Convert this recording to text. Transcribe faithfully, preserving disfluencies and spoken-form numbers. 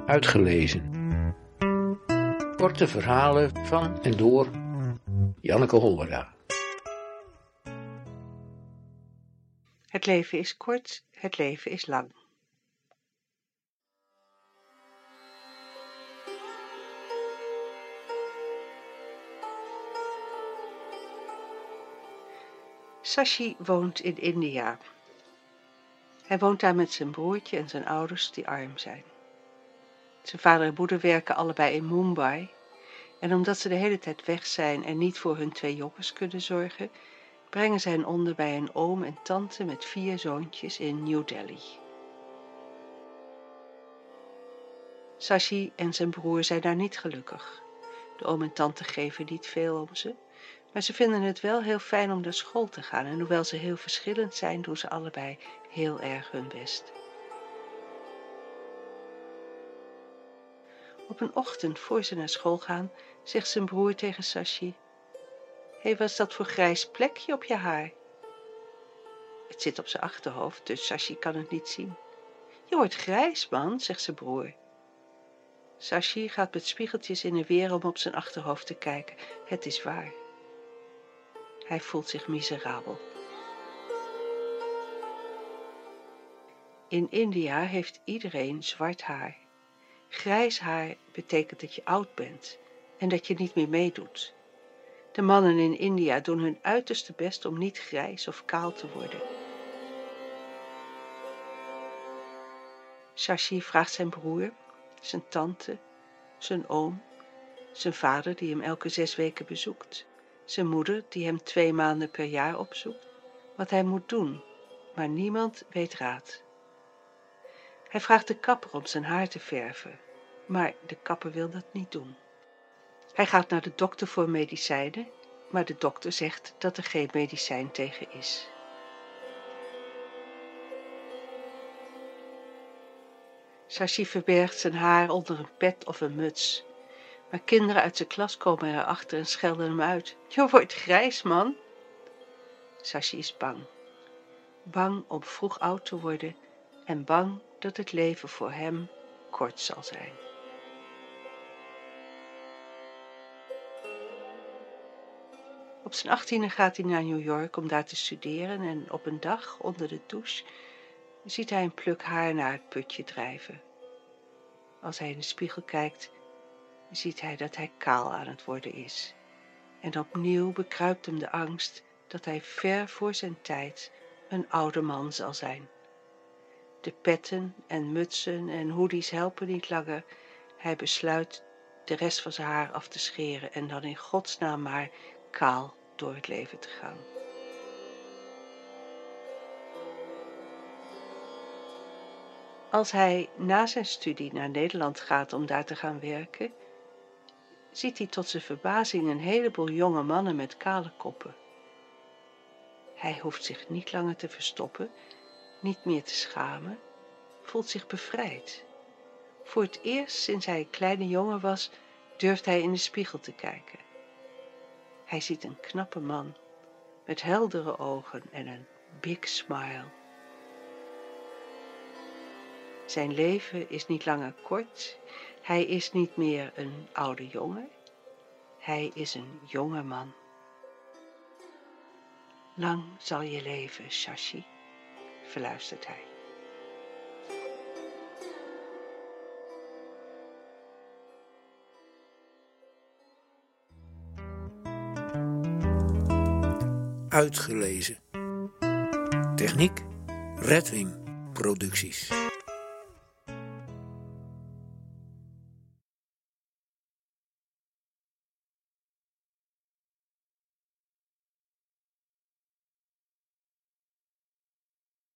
Uitgelezen. Korte verhalen van en door Janneke Hollera. Het leven is kort, het leven is lang. Shashi woont in India. Hij woont daar met zijn broertje en zijn ouders die arm zijn. Zijn vader en moeder werken allebei in Mumbai en omdat ze de hele tijd weg zijn en niet voor hun twee jongens kunnen zorgen, brengen ze hen onder bij een oom en tante met vier zoontjes in New Delhi. Shashi en zijn broer zijn daar niet gelukkig. De oom en tante geven niet veel om ze, maar ze vinden het wel heel fijn om naar school te gaan en hoewel ze heel verschillend zijn, doen ze allebei heel erg hun best. Op een ochtend voor ze naar school gaan, zegt zijn broer tegen Shashi: Hé, wat is dat voor grijs plekje op je haar? Het zit op zijn achterhoofd, dus Shashi kan het niet zien. Je wordt grijs, man, zegt zijn broer. Shashi gaat met spiegeltjes in en weer om op zijn achterhoofd te kijken. Het is waar. Hij voelt zich miserabel. In India heeft iedereen zwart haar. Grijs haar betekent dat je oud bent en dat je niet meer meedoet. De mannen in India doen hun uiterste best om niet grijs of kaal te worden. Shashi vraagt zijn broer, zijn tante, zijn oom, zijn vader die hem elke zes weken bezoekt, zijn moeder die hem twee maanden per jaar opzoekt, wat hij moet doen, maar niemand weet raad. Hij vraagt de kapper om zijn haar te verven, maar de kapper wil dat niet doen. Hij gaat naar de dokter voor medicijnen, maar de dokter zegt dat er geen medicijn tegen is. Shashi verbergt zijn haar onder een pet of een muts, maar kinderen uit zijn klas komen erachter en schelden hem uit. Je wordt grijs, man. Shashi is bang. Bang om vroeg oud te worden en bang dat het leven voor hem kort zal zijn. Op zijn achttiende gaat hij naar New York om daar te studeren en op een dag onder de douche ziet hij een pluk haar naar het putje drijven. Als hij in de spiegel kijkt, ziet hij dat hij kaal aan het worden is. En opnieuw bekruipt hem de angst dat hij ver voor zijn tijd een oude man zal zijn. De petten en mutsen en hoodies helpen niet langer. Hij besluit de rest van zijn haar af te scheren en dan in godsnaam maar kaal door het leven te gaan. Als hij na zijn studie naar Nederland gaat om daar te gaan werken, ziet hij tot zijn verbazing een heleboel jonge mannen met kale koppen. Hij hoeft zich niet langer te verstoppen, niet meer te schamen, voelt zich bevrijd. Voor het eerst sinds hij een kleine jongen was, durft hij in de spiegel te kijken. Hij ziet een knappe man met heldere ogen en een big smile. Zijn leven is niet langer kort, hij is niet meer een oude jongen, hij is een jonge man. Lang zal je leven, Shashi, fluistert hij. Uitgelezen. Techniek Redwing Producties.